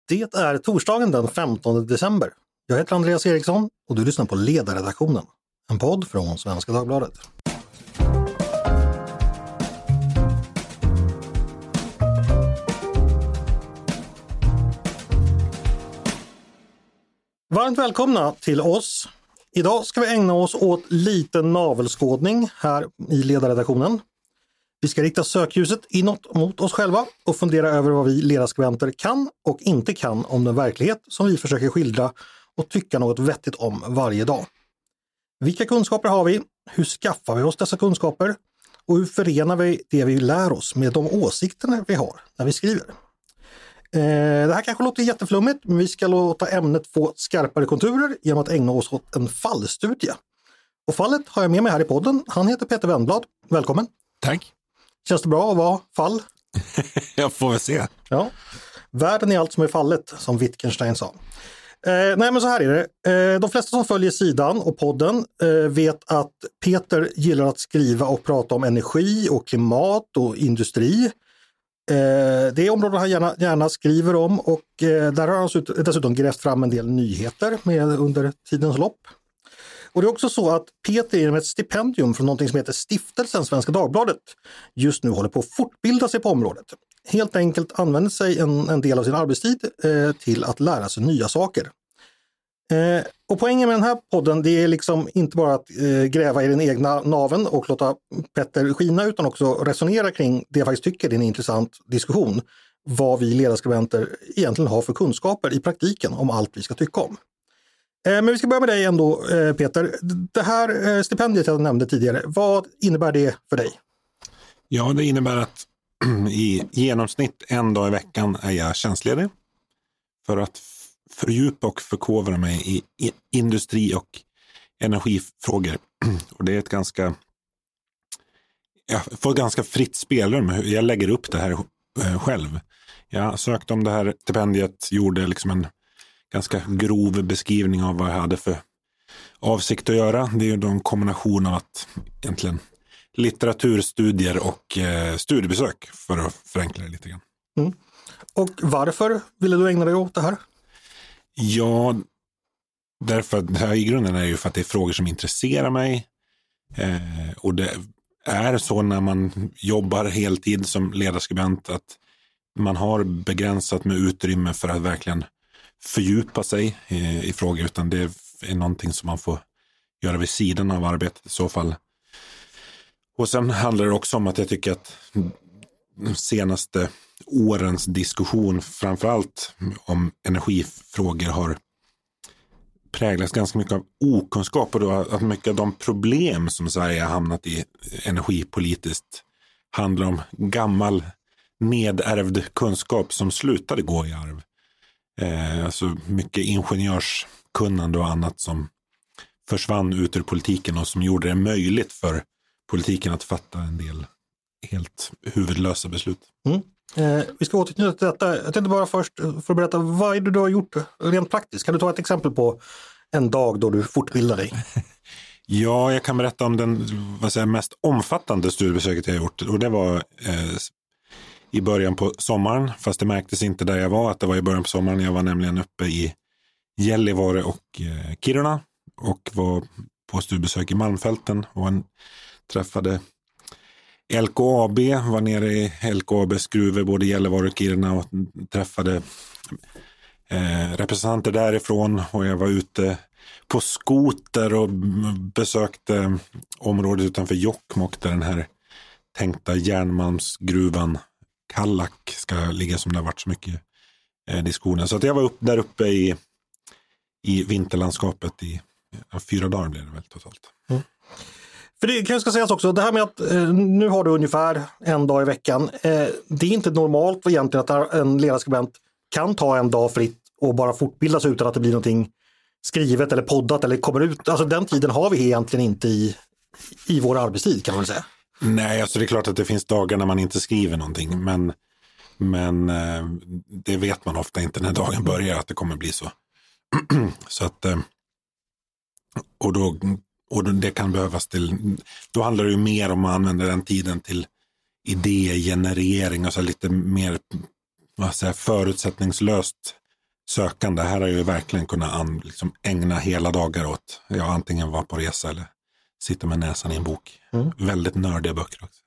Det är torsdagen den 15 december. Jag heter Andreas Eriksson och du lyssnar på Ledarredaktionen, en podd från Svenska Dagbladet. Varmt välkomna till oss. Idag ska vi ägna oss åt lite navelskådning här i Ledarredaktionen. Vi ska rikta sökljuset inåt mot oss själva och fundera över vad vi ledarskribenter kan och inte kan om den verklighet som vi försöker skildra och tycka något vettigt om varje dag. Vilka kunskaper har vi? Hur skaffar vi oss dessa kunskaper? Och hur förenar vi det vi lär oss med de åsikterna vi har när vi skriver? Det här kanske låter jätteflummigt, men vi ska låta ämnet få skarpare konturer genom att ägna oss åt en fallstudie. Och fallet har jag med mig här i podden. Han heter Peter Wennblad. Välkommen! Tack! Känns det bra att vara fall? Jag får väl se. Ja. Världen är allt som är fallet, som Wittgenstein sa. Nej, men så här är det. De flesta som följer sidan och podden vet att Peter gillar att skriva och prata om energi och klimat och industri. Det är områden han gärna skriver om och där har han dessutom grävt fram en del nyheter under tidens lopp. Och det är också så att Peter genom ett stipendium från någonting som heter Stiftelsen Svenska Dagbladet just nu håller på att fortbilda sig på området. Helt enkelt använder sig en del av sin arbetstid till att lära sig nya saker. Och poängen med den här podden, det är liksom inte bara att gräva i den egna naveln och låta Petter skina, utan också resonera kring det jag faktiskt tycker är en intressant diskussion. Vad vi ledarskribenter egentligen har för kunskaper i praktiken om allt vi ska tycka om. Men vi ska börja med dig ändå, Peter. Det här stipendiet jag nämnde tidigare, vad innebär det för dig? Ja, det innebär att i genomsnitt en dag i veckan är jag tjänstledig för att fördjupa och förkovra mig i industri- och energifrågor. Och det är jag får ganska fritt spelrum. Jag lägger upp det här själv. Jag sökte om det här stipendiet, gjorde liksom en ganska grov beskrivning av vad jag hade för avsikt att göra. Det är ju en kombination av att egentligen litteraturstudier och studiebesök, för att förenkla det lite grann. Mm. Och varför ville du ägna dig åt det här? Ja, därför att det här i grunden är ju för att det är frågor som intresserar mig. Och det är så när man jobbar heltid som ledarskribent att man har begränsat med utrymme för att verkligen fördjupa sig i frågor, utan det är någonting som man får göra vid sidan av arbetet i så fall. Och sen handlar det också om att jag tycker att de senaste årens diskussion framförallt om energifrågor har präglats ganska mycket av okunskap, och då att mycket av de problem som Sverige har hamnat i energipolitiskt handlar om gammal nedärvd kunskap som slutade gå i arv. Alltså mycket ingenjörskunnande och annat som försvann ut ur politiken och som gjorde det möjligt för politiken att fatta en del helt huvudlösa beslut. Mm. Vi ska återknyta till detta. Jag tänkte bara först för att berätta, vad är det du har gjort rent praktiskt? Kan du ta ett exempel på en dag då du fortbildar dig? Ja, jag kan berätta om den mest omfattande studiebesöket jag har gjort. Och det var i början på sommaren, fast det märktes inte där jag var att det var i början på sommaren. Jag var nämligen uppe i Gällivare och Kiruna och var på studiebesök i Malmfälten och träffade LKAB, var nere i LKABs gruvor både Gällivare och Kiruna och träffade representanter därifrån, och jag var ute på skoter och besökte området utanför Jokkmokk där den här tänkta järnmalmsgruvan Kallak ska ligga, som det har varit så mycket diskussioner. Så att jag var där uppe i vinterlandskapet i 4 dagar blev det väl totalt. Mm. För det kanske ska sägas också, det här med att nu har du ungefär en dag i veckan. Det är inte normalt egentligen att en ledarskribent kan ta en dag fritt och bara fortbilda sig utan att det blir någonting skrivet eller poddat eller kommer ut. Alltså den tiden har vi egentligen inte i vår arbetstid, kan man säga. Nej, alltså det är klart att det finns dagar när man inte skriver någonting, men det vet man ofta inte när dagen börjar att det kommer bli så. Så att och det kan behövas då handlar det ju mer om att använda den tiden till idégenerering och så lite mer förutsättningslöst sökande. Här har jag ju verkligen kunnat liksom ägna hela dagar åt. Jag antingen var på resa eller sitter med näsan i en bok. Väldigt nördiga böcker också.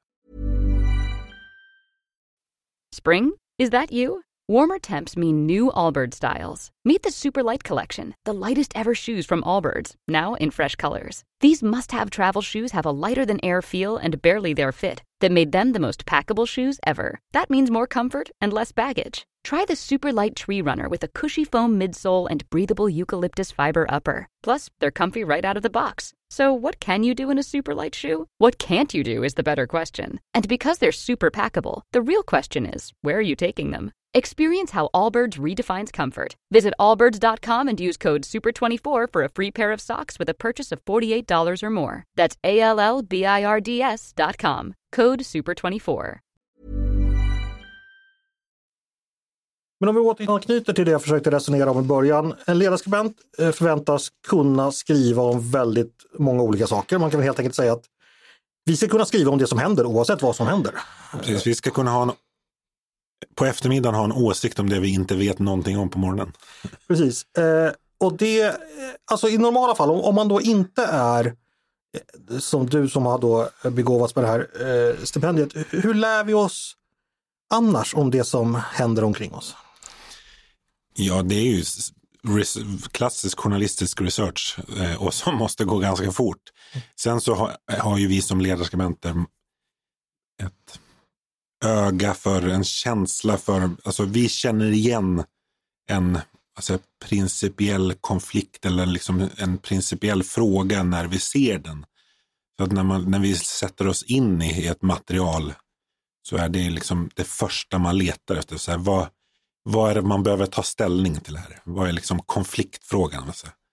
Spring? Is that you? Warmer temps mean new Allbirds styles. Meet the Superlight Collection, the lightest ever shoes from Allbirds, now in fresh colors. These must-have travel shoes have a lighter-than-air feel and barely their fit that made them the most packable shoes ever. That means more comfort and less baggage. Try the Superlight Tree Runner with a cushy foam midsole and breathable eucalyptus fiber upper. Plus, they're comfy right out of the box. So what can you do in a Superlight shoe? What can't you do is the better question. And because they're super packable, the real question is, where are you taking them? Experience how Allbirds redefines comfort. Visit allbirds.com and use code SUPER24 for a free pair of socks with a purchase of $48 or more. That's ALLBIRDS.com. Code SUPER24. Men om vi återknyter till det jag försökte resonera om i början. En ledarskribent förväntas kunna skriva om väldigt många olika saker. Man kan väl helt enkelt säga att vi ska kunna skriva om det som händer oavsett vad som händer. Precis, vi ska kunna på eftermiddagen ha en åsikt om det vi inte vet någonting om på morgonen. Precis. Och det, alltså i normala fall, om man då inte är som du som har då begåvats med det här stipendiet, hur lär vi oss annars om det som händer omkring oss? Ja, det är ju klassisk journalistisk research och som måste gå ganska fort. Sen så har ju vi som ledarskribenter ett öga för, en känsla för, alltså vi känner igen en principiell konflikt eller liksom en principiell fråga när vi ser den. Så att när vi sätter oss in i ett material så är det liksom det första man letar efter. Så här, vad är det man behöver ta ställning till här? Vad är liksom konfliktfrågan?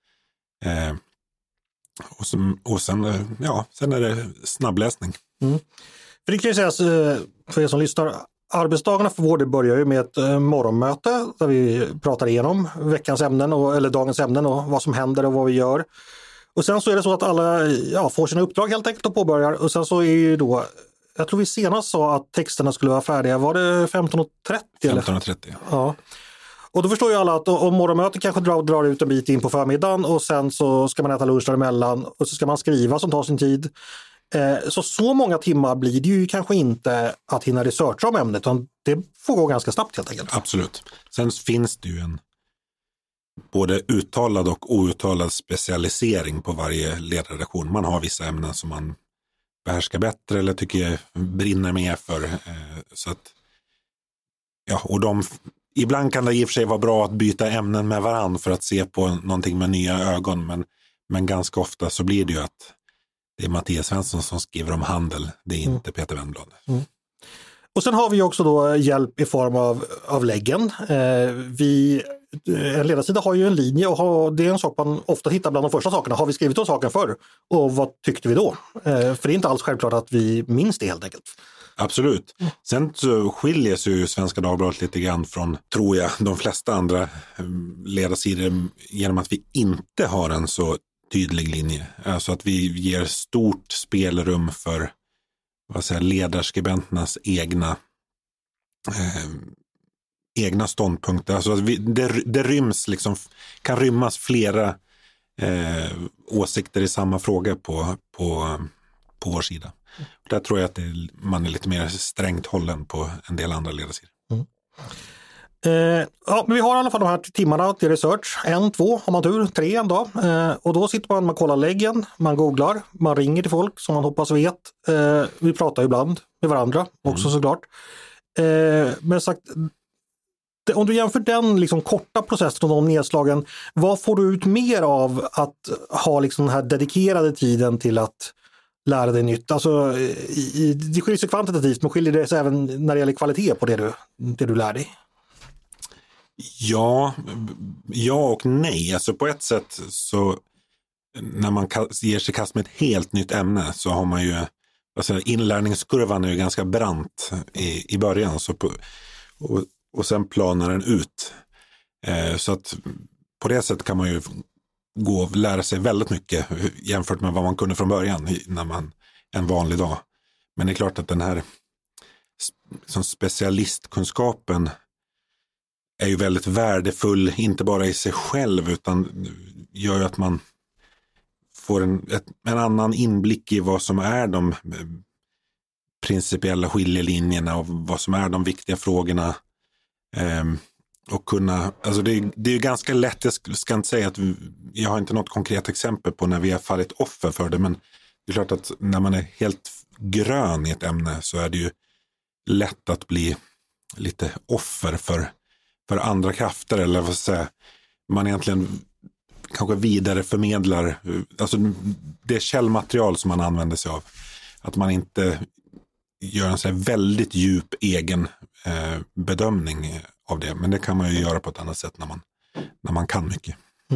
Sen är det snabbläsning. För det kan ju sägas, för er som lyssnar, arbetsdagarna för vår del börjar ju med ett morgonmöte där vi pratar igenom veckans ämnen eller dagens ämnen och vad som händer och vad vi gör. Och sen så är det så att alla får sina uppdrag helt enkelt och påbörjar. Och sen så är ju då, jag tror vi senast sa att texterna skulle vara färdiga. Var det 15.30? 15.30. Ja. Och då förstår ju alla att om morgonmötet kanske drar ut en bit in på förmiddagen och sen så ska man äta lunch däremellan och så ska man skriva som tar sin tid. Så många timmar blir det ju kanske inte att hinna researcha om ämnet, utan det får gå ganska snabbt helt enkelt. Absolut. Sen finns det ju en både uttalad och outtalad specialisering på varje ledarredaktion. Man har vissa ämnen som man behärskar bättre eller tycker jag brinner mer för. Så att, och ibland kan det i och för sig vara bra att byta ämnen med varann för att se på någonting med nya ögon, men ganska ofta så blir det ju att det är Mattias Svensson som skriver om handel, det är inte Peter Wennblad. Och sen har vi också då hjälp i form av läggen. En ledarsida har ju en linje och det är en sak man ofta hittar bland de första sakerna. Har vi skrivit om saken förr? Och vad tyckte vi då? För det är inte alls självklart att vi minns det helt enkelt. Absolut. Sen så skiljer sig ju Svenska Dagbladet lite grann från, tror jag, de flesta andra ledarsidor genom att vi inte har en så tydlig linje. Alltså att vi ger stort spelrum för ledarskribenternas egna ståndpunkter. Alltså att det ryms liksom, kan rymmas flera åsikter i samma fråga på vår sida. Där tror jag att man är lite mer strängt hållen på en del andra ledarsidor. Men vi har i alla fall de här timmarna till research. 1, 2, har man tur, 3 en dag. Och då sitter man kollar läggen, man googlar, man ringer till folk som man hoppas vet. Vi pratar ibland med varandra också såklart. Men sagt, om du jämför den liksom korta processen och de nedslagen, vad får du ut mer av att ha liksom den här dedikerade tiden till att lära dig nytt? Alltså, det skiljer sig kvantitativt, men skiljer det sig även när det gäller kvalitet på det du lär dig? Ja och nej. Alltså på ett sätt så när man ger sig kast med ett helt nytt ämne så har man ju, alltså inlärningskurvan är ju ganska brant i början och sen planar den ut. Så att på det sättet kan man ju gå och lära sig väldigt mycket jämfört med vad man kunde från början en vanlig dag. Men det är klart att den här som specialistkunskapen är ju väldigt värdefull, inte bara i sig själv utan gör ju att man får en annan inblick i vad som är de principiella skiljelinjerna och vad som är de viktiga frågorna. Och kunna, alltså det är ju ganska lätt, jag ska inte säga att jag har inte något konkret exempel på när vi har fallit offer för det, men det är klart att när man är helt grön i ett ämne så är det ju lätt att bli lite offer för andra krafter, eller vad ska jag säga, man egentligen kanske vidare förmedlar, alltså det källmaterial som man använder sig av, att man inte gör en så här väldigt djup egen bedömning av det, men det kan man ju göra på ett annat sätt när man kan mycket.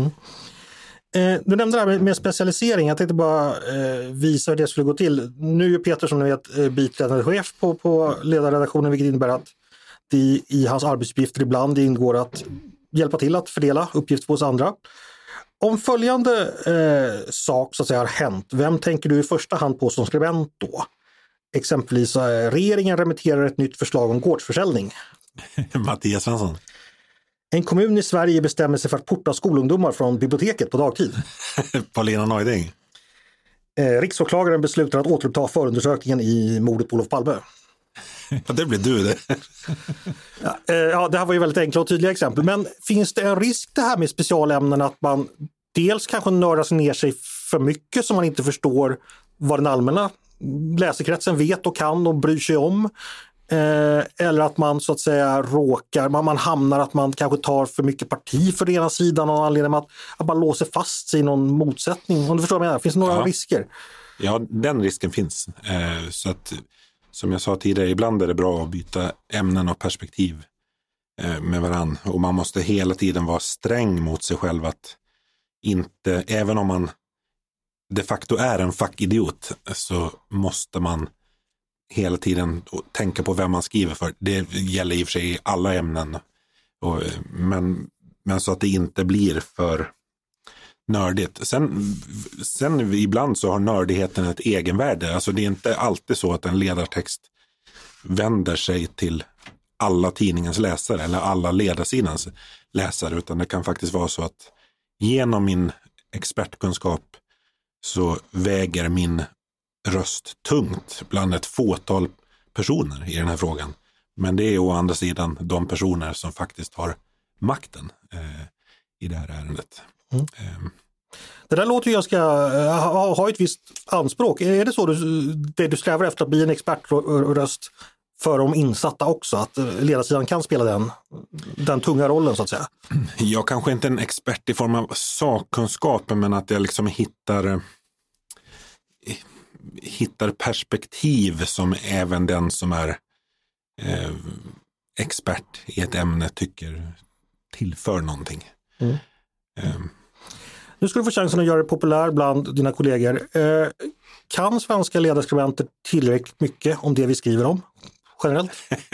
Du nämnde det här med specialisering. Jag tänkte bara visa hur det skulle gå till. Nu är Peter, som ni vet, biträdande chef på ledarredaktionen, vilket innebär att det i hans arbetsuppgifter ibland ingår att hjälpa till att fördela uppgifter på oss andra. Om följande sak så att säga har hänt, vem tänker du i första hand på som skribent då? Exempelvis regeringen remitterar ett nytt förslag om gårdsförsäljning. Mattias Svensson. En kommun i Sverige bestämmer sig för att porta skolungdomar från biblioteket på dagtid. Paulina Neuding. Riksåklagaren beslutar att återuppta förundersökningen i mordet på Olof Palme. Ja, det blir du det. Ja, det här var ju väldigt enkla och tydliga exempel. Men finns det en risk det här med specialämnen att man dels kanske nördar ner sig för mycket så man inte förstår vad den allmänna läsekretsen vet och kan och bryr sig om? Eller att man så att säga man hamnar att man kanske tar för mycket parti för den ena sidan och anledning att man låser fast sig i någon motsättning. Om du förstår vad jag menar, finns det några risker? Ja, den risken finns. Så att, som jag sa tidigare, ibland är det bra att byta ämnen och perspektiv med varann. Och man måste hela tiden vara sträng mot sig själv att inte, även om man de facto är en fackidiot, så måste man hela tiden tänka på vem man skriver för. Det gäller i och för sig i alla ämnen. Men så att det inte blir för nördigt. Sen ibland så har nördigheten ett egenvärde. Alltså det är inte alltid så att en ledartext vänder sig till alla tidningens läsare eller alla ledarsidans läsare, utan det kan faktiskt vara så att genom min expertkunskap så väger min röst tungt bland ett fåtal personer i den här frågan. Men det är å andra sidan de personer som faktiskt har makten i det här ärendet. Det där låter ju jag ska ha ett visst anspråk. Är det så du strävar efter, att bli en expertröst för de insatta också? Att ledarsidan kan spela den tunga rollen så att säga? Jag kanske inte är en expert i form av sakkunskapen, men att jag liksom hittar perspektiv som även den som är expert i ett ämne tycker tillför någonting. Nu ska du få chansen att göra det populär bland dina kollegor. Kan svenska ledarskribenter tillräckligt mycket om det vi skriver om generellt?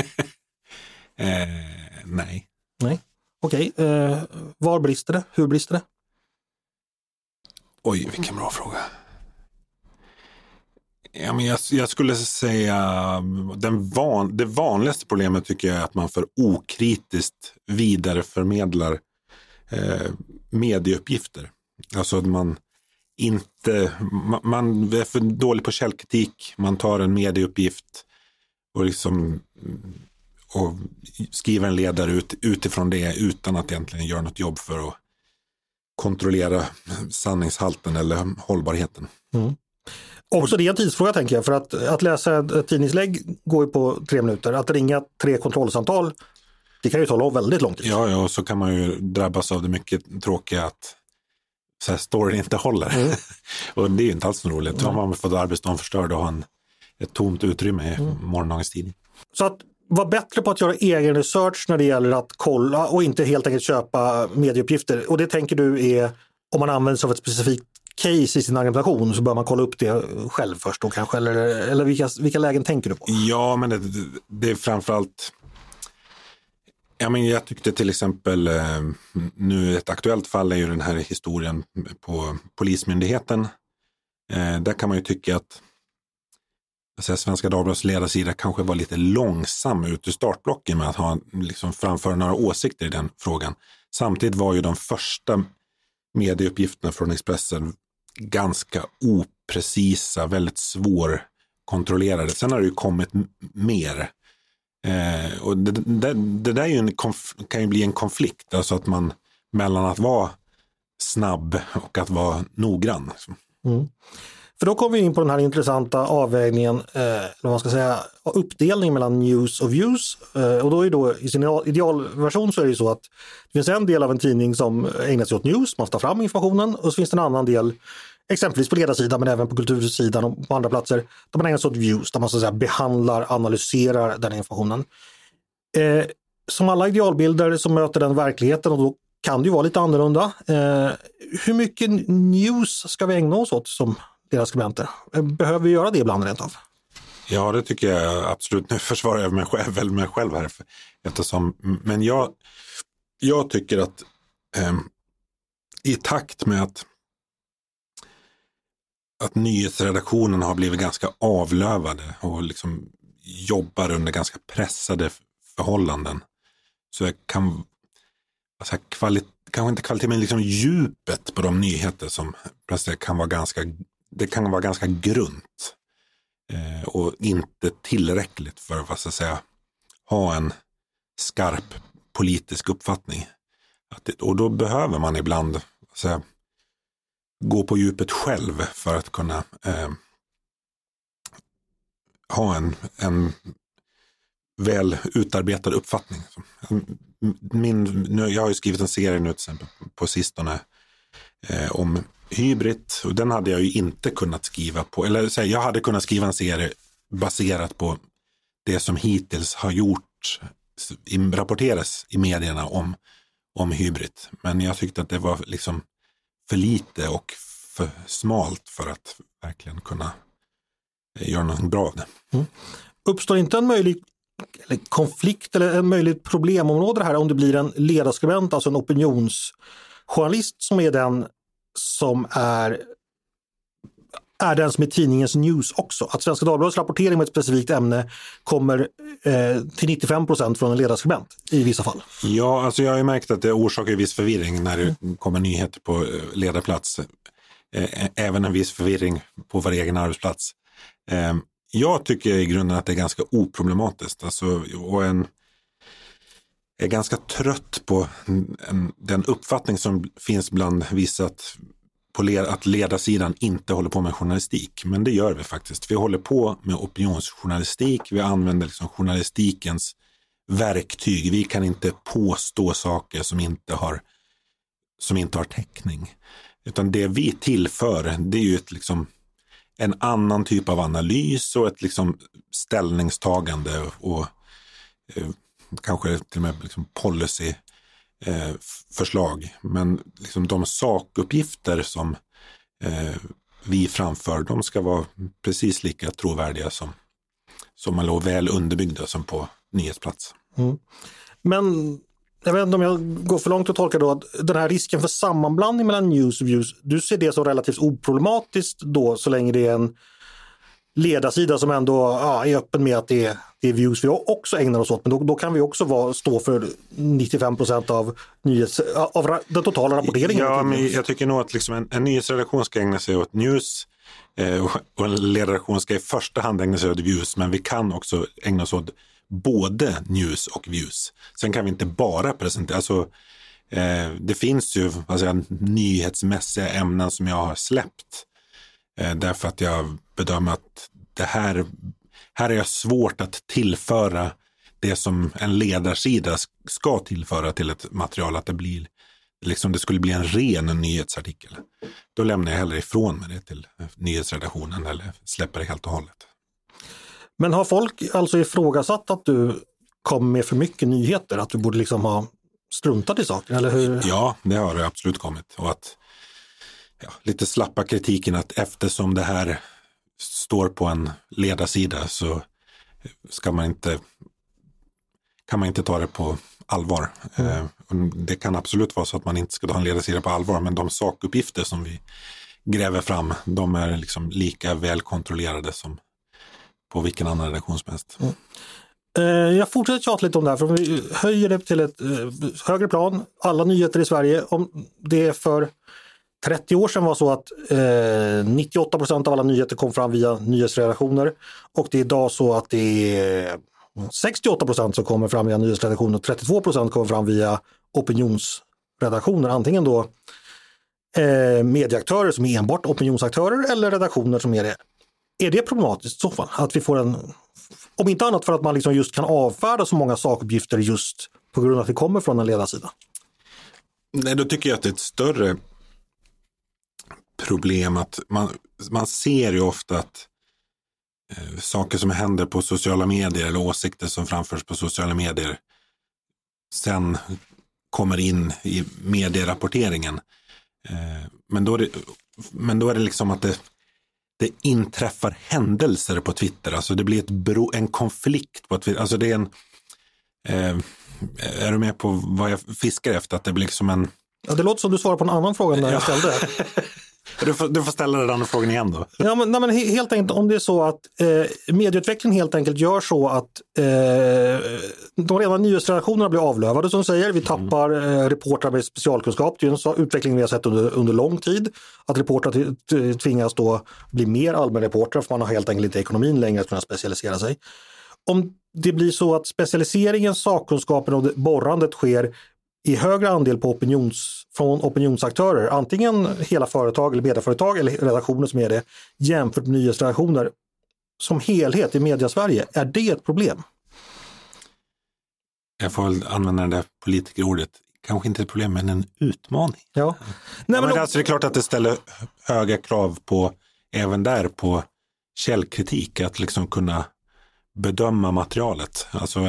Nej. Okej. Var brister det? Hur brister det? Oj, vilken bra fråga. Ja, men jag skulle säga det vanligaste problemet tycker jag är att man för okritiskt vidareförmedlar medieuppgifter. Alltså att man är för dålig på källkritik, man tar en medieuppgift och skriver en ledare utifrån det utan att egentligen göra något jobb för att kontrollera sanningshalten eller hållbarheten. Också det är en tidsfråga tänker jag, för att läsa ett tidningslägg går ju på 3 minuter. Att ringa 3 kontrollsamtal, det kan ju ta väldigt lång tid. Ja, och så kan man ju drabbas av det mycket tråkiga att så här storyn inte håller. Och det är ju inte alls så roligt. Då har man fått arbetsdagen förstörd och har ett tomt utrymme i morgondagens tidning. Så att vara bättre på att göra egen research när det gäller att kolla och inte helt enkelt köpa medieuppgifter. Och det tänker du är, om man använder sig av ett specifikt case i sin argumentation, så bör man kolla upp det själv först då kanske, eller vilka lägen tänker du på? Ja, men det är framförallt, jag tyckte till exempel nu ett aktuellt fall är ju den här historien på Polismyndigheten. Där kan man ju tycka att Svenska Dagbladets ledarsida kanske var lite långsam ut ur startblocken med att liksom framföra några åsikter i den frågan. Samtidigt var ju de första medieuppgifterna från Expressen ganska oprecisa, väldigt svårkontrollerade. Sen har det ju kommit mer. Och det där är ju kan ju bli en konflikt, alltså att man mellan att vara snabb och att vara noggrann. Mm. För då kommer vi in på den här intressanta avvägningen, vad man ska säga, uppdelning mellan news och views. Och då är då i sin idealversion så är det så att det finns en del av en tidning som ägnar sig åt news, man tar fram informationen, och så finns det en annan del, exempelvis på ledarsidan men även på kultursidan och på andra platser, där man ägnar sig åt views, där man så att säga behandlar, analyserar den informationen. Som alla idealbilder så möter den verkligheten, och då kan det ju vara lite annorlunda. Hur mycket news ska vi ägna oss åt som ledarskribenter? Behöver vi göra det ibland rent av? Ja, det tycker jag absolut. Nu försvarar jag mig själv här. Men jag tycker att i takt med att nyhetsredaktionen har blivit ganska avlövade och liksom jobbar under ganska pressade förhållanden, så kan kanske inte kvalitet, men liksom djupet på de nyheter som kan vara ganska grunt och inte tillräckligt för att ha en skarp politisk uppfattning. Och då behöver man ibland gå på djupet själv för att kunna ha en väl utarbetad uppfattning. Jag har ju skrivit en serie nu till exempel på sistone om hybrid, och den hade jag ju inte kunnat skriva på, eller jag hade kunnat skriva en serie baserat på det som hittills har rapporteras i medierna om hybrid, men jag tyckte att det var liksom för lite och för smalt för att verkligen kunna göra något bra av det. Uppstår inte en möjlig konflikt eller en möjlig problemområde här om det blir en ledarskribent, alltså en opinionsjournalist som är den som är den som är tidningens news också? Att Svenska Dagbladets rapportering med ett specifikt ämne kommer till 95% från en ledarskribent i vissa fall? Ja, alltså jag har ju märkt att det orsakar viss förvirring när det kommer nyheter på ledarplats. Även en viss förvirring på vår egen arbetsplats. Jag tycker i grunden att det är ganska oproblematiskt. Alltså, och är ganska trött på den uppfattning som finns bland vissa att ledarsidan inte håller på med journalistik. Men det gör vi faktiskt. Vi håller på med opinionsjournalistik. Vi använder liksom journalistikens verktyg. Vi kan inte påstå saker som inte har täckning. Utan det vi tillför, det är ju en annan typ av analys och ett ställningstagande och kanske till och med policyförslag. Men de sakuppgifter som vi framför, de ska vara precis lika trovärdiga som väl underbyggda som på nyhetsplats. Mm. Men jag vet inte om jag går för långt och tolkar då att den här risken för sammanblandning mellan news och views, du ser det som relativt oproblematiskt då, så länge det är en ledarsida som ändå är öppen med att det är views vi också ägnar oss åt, men då kan vi också stå för 95% av av den totala rapporteringen. Ja, men jag tycker nog att en nyhetsredaktion ska ägna sig åt news och en ledarredaktion ska i första hand ägna sig åt views, men vi kan också ägna oss åt både news och views. Sen kan vi inte bara presentera, det finns ju nyhetsmässiga ämnen som jag har släppt därför att jag bedömer att det här är jag svårt att tillföra det som en ledarsida ska tillföra till ett material, att det blir det skulle bli en ren nyhetsartikel. Då lämnar jag hellre ifrån mig det till nyhetsredaktionen eller släpper det helt och hållet. Men har folk alltså ifrågasatt att du kom med för mycket nyheter? Att du borde ha struntat i saker, eller hur? Ja, det har det absolut kommit. Och att lite slappa kritiken att eftersom det här står på en ledarsida så kan man inte ta det på allvar. Det kan absolut vara så att man inte ska ta en ledarsida på allvar, men de sakuppgifter som vi gräver fram, de är lika väl kontrollerade som på vilken annan redaktion som helst. Jag fortsätter tjata lite om det här, för om vi höjer det till ett högre plan. Alla nyheter i Sverige, om det för 30 år sedan var så att 98% av alla nyheter kom fram via nyhetsredaktioner, och det är idag så att det är 68% som kommer fram via nyhetsredaktioner och 32% kommer fram via opinionsredaktioner. Antingen då medieaktörer som är enbart opinionsaktörer eller redaktioner som är det. Är det problematiskt i så fall? Att vi får en, om inte annat för att man liksom just kan avfärda så många sakuppgifter just på grund av att det kommer från en ledarsida? Nej, då tycker jag att det är ett större problem att man ser ju ofta att saker som händer på sociala medier eller åsikter som framförs på sociala medier sen kommer in i medierapporteringen. Men då är det liksom att det inträffar händelser på Twitter. Alltså det blir en konflikt på Twitter. Alltså det är är du med på vad jag fiskar efter? Att det blir liksom en... Ja, det låter som du svarar på en annan fråga när jag ställde. Du får ställa den andra frågan igen då. Ja, men helt enkelt om det är så att medieutveckling helt enkelt gör så att de redan nyhetsredaktionerna blir avlövade, som säger. Vi tappar reportrar med specialkunskap. Det är en utveckling vi har sett under lång tid. Att reportrar tvingas då bli mer allmänreportrar för man har helt enkelt inte ekonomin längre att kunna specialisera sig. Om det blir så att specialiseringen, sakkunskapen och borrandet sker i högre andel på från opinionsaktörer, antingen hela företag eller medieföretag eller redaktioner som är det, jämfört med nyhetsredaktioner som helhet i Mediasverige, är det ett problem? Jag får väl använda det där politikerordet. Kanske inte ett problem, men en utmaning. Ja. Nej, men alltså det är klart att det ställer höga krav på, även där, på källkritik, att liksom kunna bedöma materialet. Alltså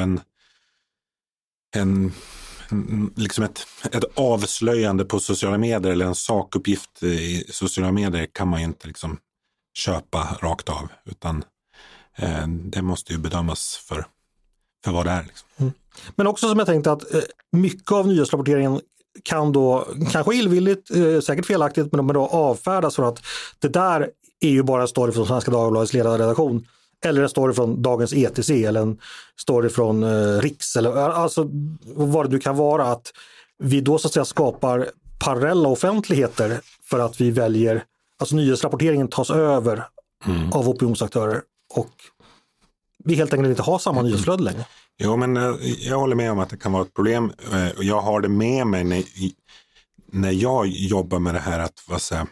liksom ett avslöjande på sociala medier eller en sakuppgift i sociala medier kan man ju inte liksom köpa rakt av, utan det måste ju bedömas för vad det är. Liksom. Men också som jag tänkte att mycket av nyhetsrapporteringen kan då, kanske illvilligt, säkert felaktigt, men då avfärdas för att det där är ju bara en story från Svenska Dagbladets ledarredaktion. Eller en story från Dagens ETC eller en story från Riks eller alltså vad det kan vara, att vi då så att säga skapar parallella offentligheter för att vi väljer, alltså nyhetsrapporteringen tas över av opinionsaktörer och vi helt enkelt inte har samma nyhetsflöde längre. Jo, men jag håller med om att det kan vara ett problem och jag har det med mig när jag jobbar med det här att vad säga,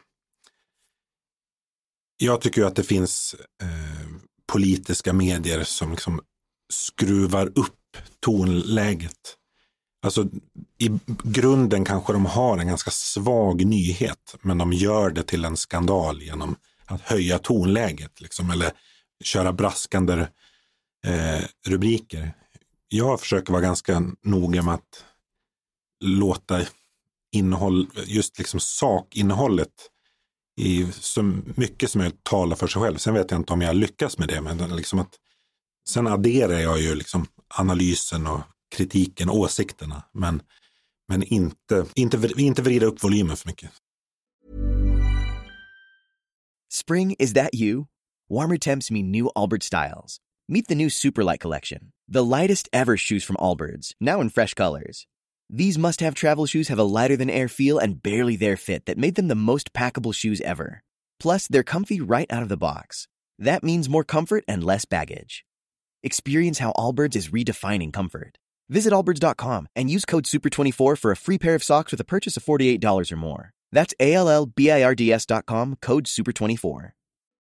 jag tycker ju att det finns politiska medier som liksom skruvar upp tonläget. Alltså i grunden kanske de har en ganska svag nyhet, men de gör det till en skandal genom att höja tonläget liksom, eller köra braskande rubriker. Jag försöker vara ganska noga med att låta just liksom sakinnehållet i så mycket som möjligt tala för sig själv. Sen vet jag inte om jag lyckas med det, men liksom att sen adderar jag ju liksom analysen och kritiken och åsikterna, men inte vrida upp volymen för mycket. Spring, is that you? Warmer temps mean new Allbirds styles. Meet the new Superlight collection, the lightest ever shoes from Allbirds, now in fresh colors. These must-have travel shoes have a lighter-than-air feel and barely-there fit that made them the most packable shoes ever. Plus, they're comfy right out of the box. That means more comfort and less baggage. Experience how Allbirds is redefining comfort. Visit allbirds.com and use code SUPER24 for a free pair of socks with a purchase of $48 or more. That's ALLBIRDS.com, code SUPER24.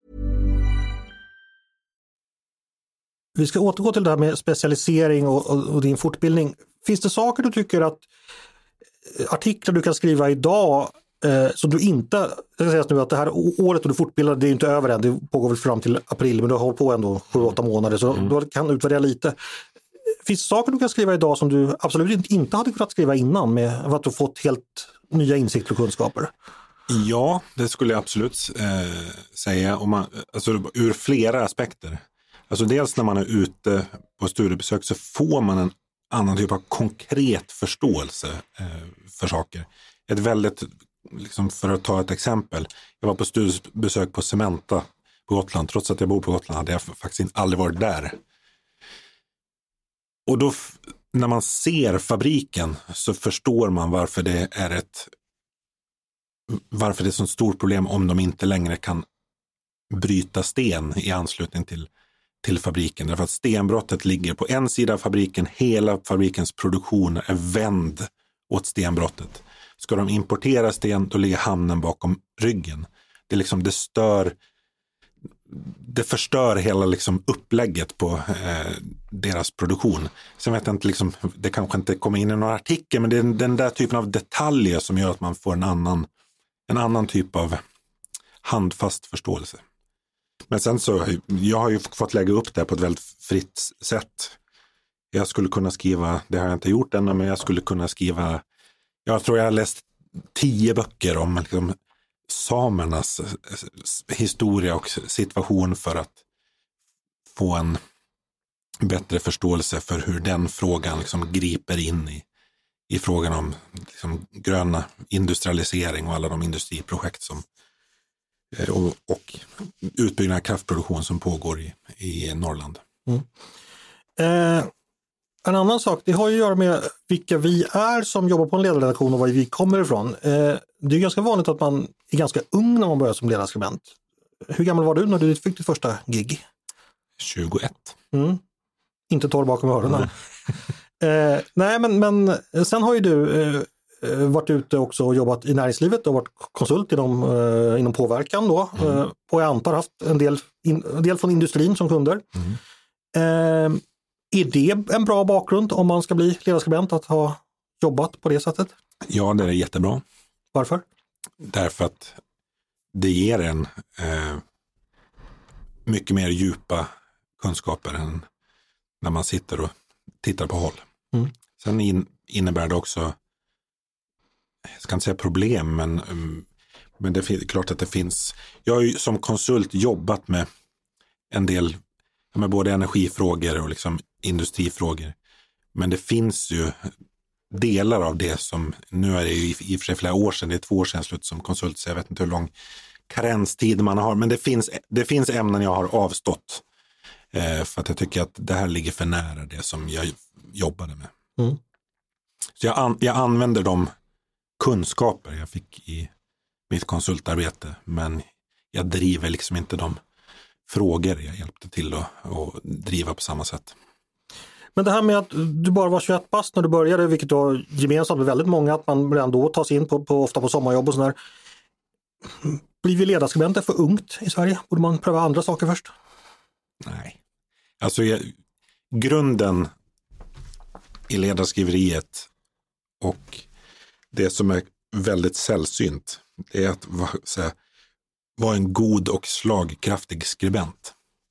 Vi ska återgå till det här med specialisering och din fortbildning. Finns det saker du tycker att artiklar du kan skriva idag som du inte, det ska sägas nu att det här året då du fortbildar, det är inte över än, det pågår väl fram till april, men du har hållit på ändå 7-8 månader så du kan utvärdera lite. Finns det saker du kan skriva idag som du absolut inte hade kunnat skriva innan med att du fått helt nya insikter och kunskaper? Ja, det skulle jag absolut säga. Alltså, ur flera aspekter. Alltså dels när man är ute på studiebesök så får man en annan typ av konkret förståelse för saker. Ett väldigt, liksom för att ta ett exempel, jag var på studiebesök på Cementa på Gotland. Trots att jag bor på Gotland hade jag faktiskt aldrig varit där. Och då när man ser fabriken så förstår man varför det är ett så stort problem om de inte längre kan bryta sten i anslutning till fabriken. Därför att stenbrottet ligger på en sida av fabriken, hela fabrikens produktion är vänd åt stenbrottet. Ska de importera sten, då ligger hamnen bakom ryggen. Det är liksom, det förstör hela liksom upplägget på deras produktion. Sen vet jag inte, liksom, det kanske inte kommer in i någon artikel, men det är den där typen av detaljer som gör att man får en annan typ av handfast förståelse. Men sen så, jag har ju fått lägga upp det på ett väldigt fritt sätt. Jag skulle kunna skriva, det har jag inte gjort än, men jag skulle kunna skriva, jag tror jag har läst 10 böcker om liksom samernas historia och situation för att få en bättre förståelse för hur den frågan liksom griper in i frågan om liksom gröna industrialisering och alla de industriprojekt som och utbyggnad av kraftproduktion som pågår i Norrland. En annan sak, det har ju att göra med vilka vi är som jobbar på en ledarredaktion och var vi kommer ifrån. Det är ganska vanligt att man är ganska ung när man börjar som ledarskribent. Hur gammal var du när du fick ditt första gig? 21. Inte torr bakom öronen. Nej, men sen har ju du varit ute också och jobbat i näringslivet och varit konsult inom påverkan då. Och jag antar haft en del från industrin som kunder. Är det en bra bakgrund om man ska bli ledarskribent att ha jobbat på det sättet? Ja, det är jättebra. Varför? Därför att det ger en mycket mer djupa kunskaper än när man sitter och tittar på håll. Sen innebär det också, jag ska inte säga problem, men det är klart att det finns. Jag har ju som konsult jobbat med en del med både energifrågor och liksom industrifrågor. Men det finns ju delar av det som, nu är det ju i och för sig flera år sedan, det är 2 år sedan slut som konsult, så jag vet inte hur lång karenstid man har, men det finns ämnen jag har avstått för att jag tycker att det här ligger för nära det som jag jobbade med. Så jag använder de kunskaper jag fick i mitt konsultarbete, men jag driver liksom inte de frågor jag hjälpte till att driva på samma sätt. Men det här med att du bara var 21 bast när du började, vilket då gemensamt med väldigt många, att man redan då tas in ofta på sommarjobb och sådär. Blir vi ledarskribenter för ungt i Sverige? Borde man pröva andra saker först? Nej. Alltså grunden i ledarskriveriet och det som är väldigt sällsynt, det är att vara en god och slagkraftig skribent.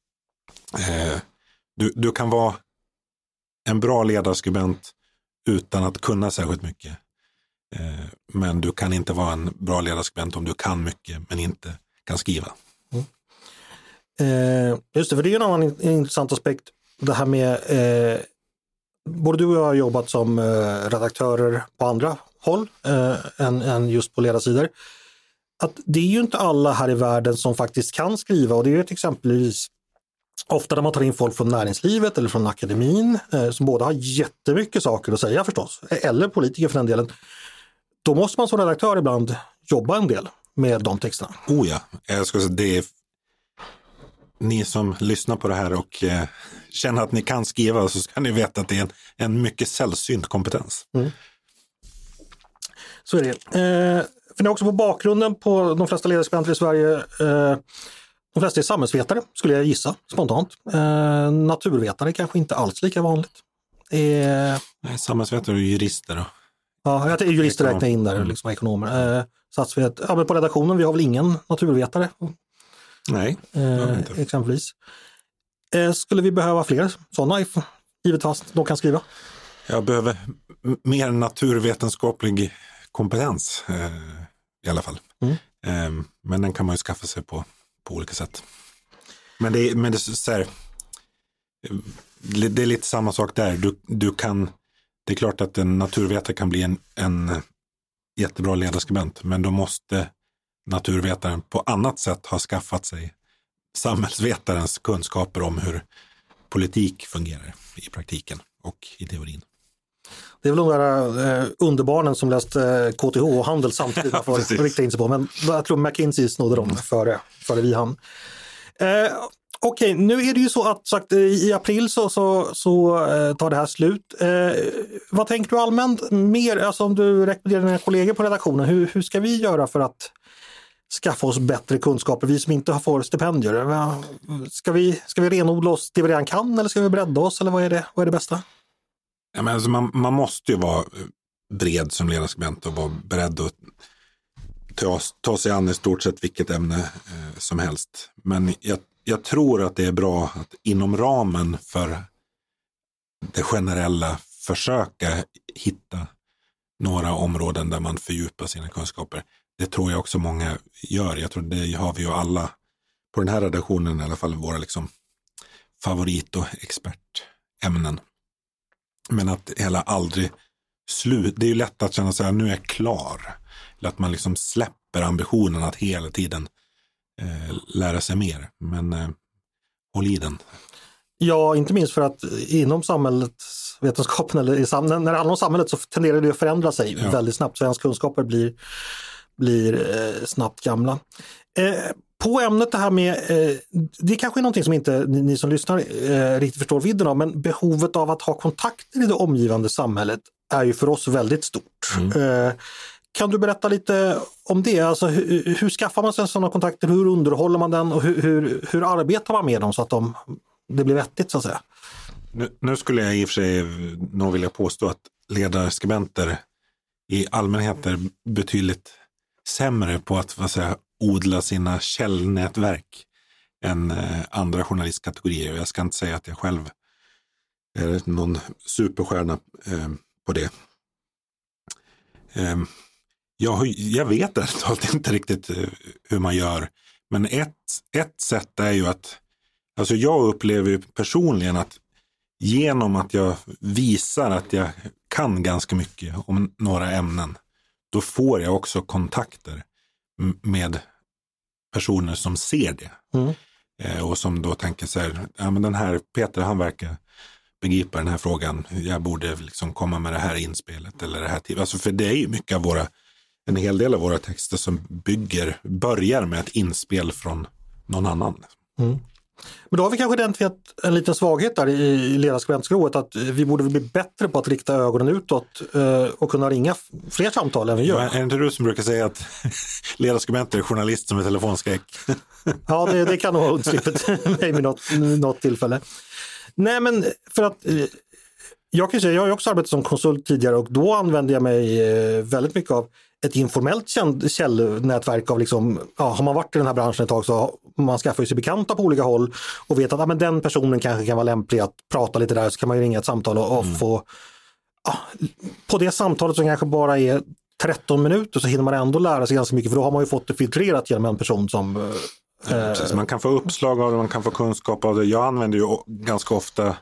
Du kan vara en bra ledarskribent utan att kunna särskilt mycket. Men du kan inte vara en bra ledarskribent om du kan mycket men inte kan skriva. Just det, för det är en annan intressant aspekt. Det här med både du och jag har jobbat som redaktörer på andra håll än just på ledarsidor. Att det är ju inte alla här i världen som faktiskt kan skriva, och det är till exempelvis ofta när man tar in folk från näringslivet eller från akademin som båda har jättemycket saker att säga förstås, eller politiker för den delen. Då måste man som redaktör ibland jobba en del med de texterna. Oh ja, jag ska säga, det är ni som lyssnar på det här och känner att ni kan skriva, så ska ni veta att det är en mycket sällsynt kompetens. Så är det. För ni är också på bakgrunden på de flesta ledarskribenter i Sverige. De flesta är samhällsvetare, skulle jag gissa spontant. Naturvetare kanske inte alls lika vanligt. Nej, samhällsvetare och jurister då. Ja, jag jurister räknar in där, liksom ekonomer. Men på redaktionen, vi har väl ingen naturvetare? Nej, exempelvis. Skulle vi behöva fler sådana, givet fast de kan skriva? Jag behöver mer naturvetenskaplig kompetens i alla fall. Men den kan man ju skaffa sig på olika sätt. Men det är så här, det är lite samma sak där. Du kan, det är klart att en naturvetare kan bli en jättebra ledarskribent, men då måste naturvetaren på annat sätt ha skaffat sig samhällsvetarens kunskaper om hur politik fungerar i praktiken och i teorin. Det är väl de där underbarnen som läste KTH och handel samtidigt för att rikta in sig på. Men jag tror McKinsey snodde dem före vi hann. Okej, nu är det ju så att sagt, i april så tar det här slut. Vad tänker du allmänt mer, alltså om du rekommenderar dina kollegor på redaktionen, hur ska vi göra för att skaffa oss bättre kunskaper, vi som inte får stipendier? Ska vi renodla oss det vi redan kan, eller ska vi bredda oss, eller vad är det bästa? Ja, men alltså man måste ju vara bred som ledarskribent och vara beredd att ta sig an i stort sett vilket ämne som helst. Men jag tror att det är bra att inom ramen för det generella försöka hitta några områden där man fördjupar sina kunskaper. Det tror jag också många gör. Jag tror det har vi ju alla på den här redaktionen, i alla fall våra liksom favorit- och expertämnen. Men att hela aldrig slut. Det är ju lätt att känna sig att nu är jag klar. Eller att man liksom släpper ambitionen att hela tiden lära sig mer. Men håll i den. Ja, inte minst för att inom samhällsvetenskapen eller när det handlar om samhället så tenderar det att förändra sig väldigt snabbt. Svenska kunskaper blir snabbt gamla. På ämnet det här med, det kanske är någonting som inte ni som lyssnar riktigt förstår vidden av, men behovet av att ha kontakter i det omgivande samhället är ju för oss väldigt stort. Kan du berätta lite om det? Alltså, hur skaffar man sig sådana kontakter? Hur underhåller man den? Och hur arbetar man med dem så att det blir vettigt, så att säga? Nu skulle jag i och för sig nog vilja påstå att ledarskribenter i allmänhet är betydligt sämre på att odla sina källnätverk än andra journalistkategorier. Jag ska inte säga att jag själv är någon superstjärna på det. Jag vet inte riktigt hur man gör. Men ett sätt är ju att, alltså jag upplever ju personligen att genom att jag visar att jag kan ganska mycket om några ämnen, då får jag också kontakter med personer som ser det. Och som då tänker så här, ja men den här Peter, han verkar begripa den här frågan. Jag borde liksom komma med det här inspelet eller det här till. Alltså för det är ju mycket av en hel del av våra texter som börjar med ett inspel från någon annan. Men då har vi kanske identifierat en liten svaghet där i ledarskribentsskrået, att vi borde bli bättre på att rikta ögonen utåt och kunna ringa fler samtal än vi gör. Är inte du som brukar säga att ledarskribenter är journalist som är telefonskräck? Ja, det kan nog ha undslipit mig vid något tillfälle. Nej, men för att jag kan säga, jag har också arbetat som konsult tidigare och då använde jag mig väldigt mycket av ett informellt källnätverk av liksom, har man varit i den här branschen ett tag så har man skaffar sig bekanta på olika håll och vet att men den personen kanske kan vara lämplig att prata lite där, så kan man ju ringa ett samtal och få på det samtalet som kanske bara är 13 minuter så hinner man ändå lära sig ganska mycket, för då har man ju fått det filtrerat genom en person som precis, man kan få uppslag av det, man kan få kunskap av det. Jag använder ju ganska ofta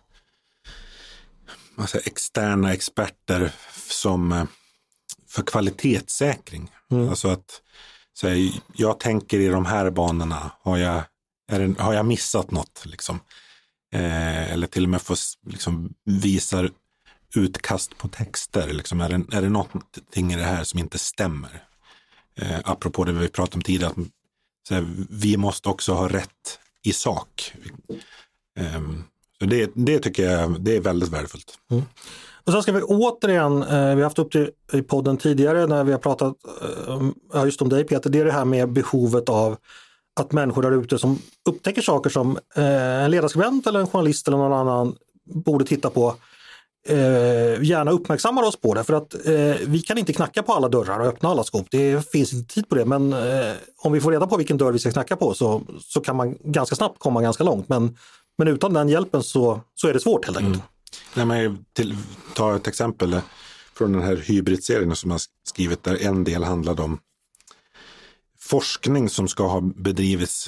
externa experter som för kvalitetssäkring. Alltså att jag tänker i de här banorna, har jag missat något liksom? Eller till och med få liksom visar utkast på texter liksom, är det någonting i det här som inte stämmer? Apropå det vi pratade om tidigare, att vi måste också ha rätt i sak. Så det tycker jag det är väldigt värdefullt. Och så ska vi återigen, vi har haft upp det i podden tidigare när vi har pratat just om dig Peter, det är det här med behovet av att människor där ute som upptäcker saker som en ledarskribent eller en journalist eller någon annan borde titta på, gärna uppmärksammar oss på det, för att vi kan inte knacka på alla dörrar och öppna alla skåp, det finns inte tid på det, men om vi får reda på vilken dörr vi ska knacka på så kan man ganska snabbt komma ganska långt, men utan den hjälpen så är det svårt helt enkelt. Nej, men ta ett exempel från den här hybridserien som jag skrivit, där en del handlade om forskning som ska ha bedrivits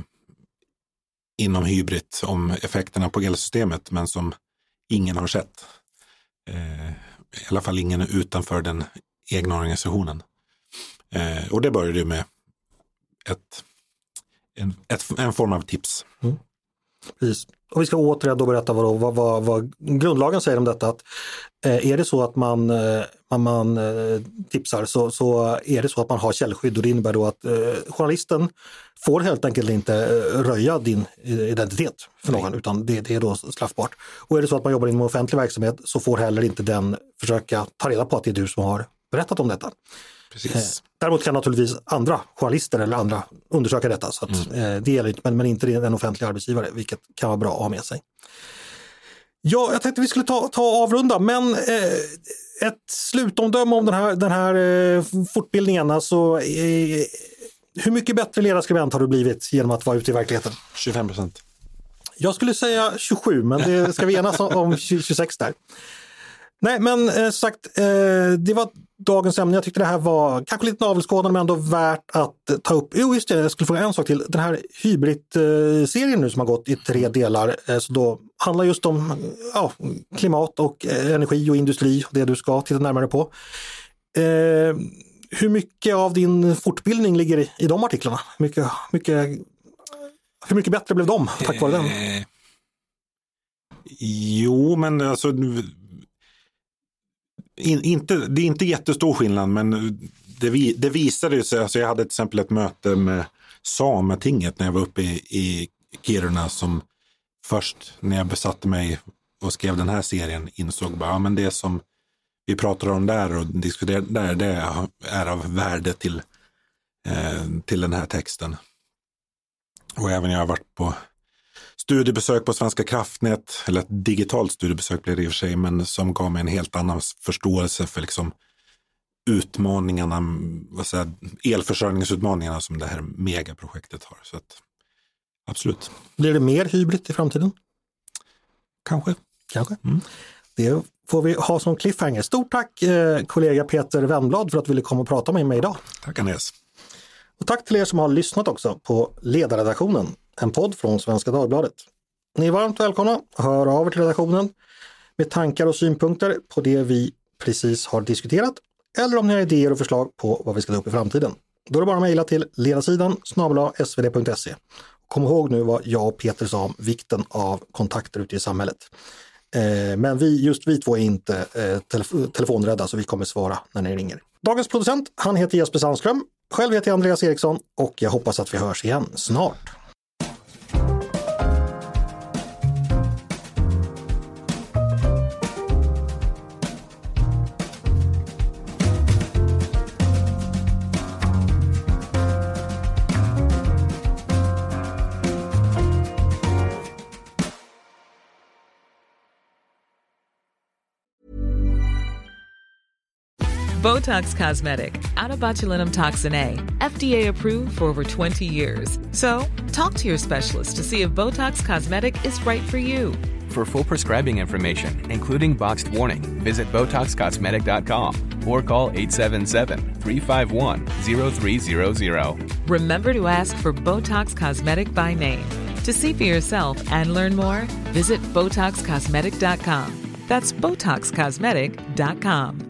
inom hybrid om effekterna på elsystemet, men som ingen har sett. I alla fall ingen utanför den egna organisationen. Och det började ju med en form av tips. Precis. Och vi ska återigen då berätta vad grundlagen säger om detta. Att, är det så att man tipsar så är det så att man har källskydd, och det innebär då att journalisten får helt enkelt inte röja din identitet för någon, utan det är då straffbart. Och är det så att man jobbar inom offentlig verksamhet så får heller inte den försöka ta reda på att det är du som har berättat om detta. Precis. Däremot kan naturligtvis andra journalister eller andra undersöka detta, så att, det gäller inte, men inte en offentlig arbetsgivare, vilket kan vara bra att ha med sig. Ja, jag tänkte vi skulle ta avrunda, men ett slutomdöme om den här fortbildningen, alltså hur mycket bättre ledarskribent har du blivit genom att vara ute i verkligheten? 25%. Jag skulle säga 27, men det ska vi enas om 26 där. Nej, men sagt, det var dagens ämne. Jag tyckte det här var kanske lite navelskådande, men ändå värt att ta upp. Jo, just det, jag skulle fråga en sak till. Den här Hybrid-serien nu som har gått i 3 delar, så då handlar just om klimat och energi och industri, det du ska titta närmare på. Hur mycket av din fortbildning ligger i de artiklarna? Hur mycket bättre blev de tack vare den? Jo, men alltså det är inte jättestor skillnad, men det visade sig. Alltså jag hade till exempel ett möte med Sametinget när jag var uppe i Kiruna, som först när jag besatte mig och skrev den här serien insåg bara, men det som vi pratar om där och diskuterar där, det är av värde till den här texten. Och även jag har varit på studiebesök på Svenska kraftnät, eller ett digitalt studiebesök blev det i och för sig, men som gav mig en helt annan förståelse för liksom utmaningarna, elförsörjningsutmaningarna som det här megaprojektet har. Så att, absolut. Blir det mer hybrid i framtiden? Kanske. Det får vi ha som cliffhanger. Stort tack kollega Peter Wennblad för att du ville komma och prata med mig idag. Tack Andreas. Och tack till er som har lyssnat också på Ledarredaktionen, en podd från Svenska Dagbladet. Ni är varmt välkomna att höra av er till redaktionen med tankar och synpunkter på det vi precis har diskuterat, eller om ni har idéer och förslag på vad vi ska ta upp i framtiden. Då är det bara att mejla till ledarsidan@svd.se. Kom ihåg nu vad jag och Peter sa om vikten av kontakter ute i samhället. Men vi två är inte telefonrädda, så vi kommer svara när ni ringer. Dagens producent, han heter Jesper Sandström. Själv heter jag Andreas Eriksson och jag hoppas att vi hörs igen snart. Botox Cosmetic, out of botulinum toxin A, FDA approved for over 20 years. So, talk to your specialist to see if Botox Cosmetic is right for you. For full prescribing information, including boxed warning, visit BotoxCosmetic.com or call 877-351-0300. Remember to ask for Botox Cosmetic by name. To see for yourself and learn more, visit BotoxCosmetic.com. That's BotoxCosmetic.com.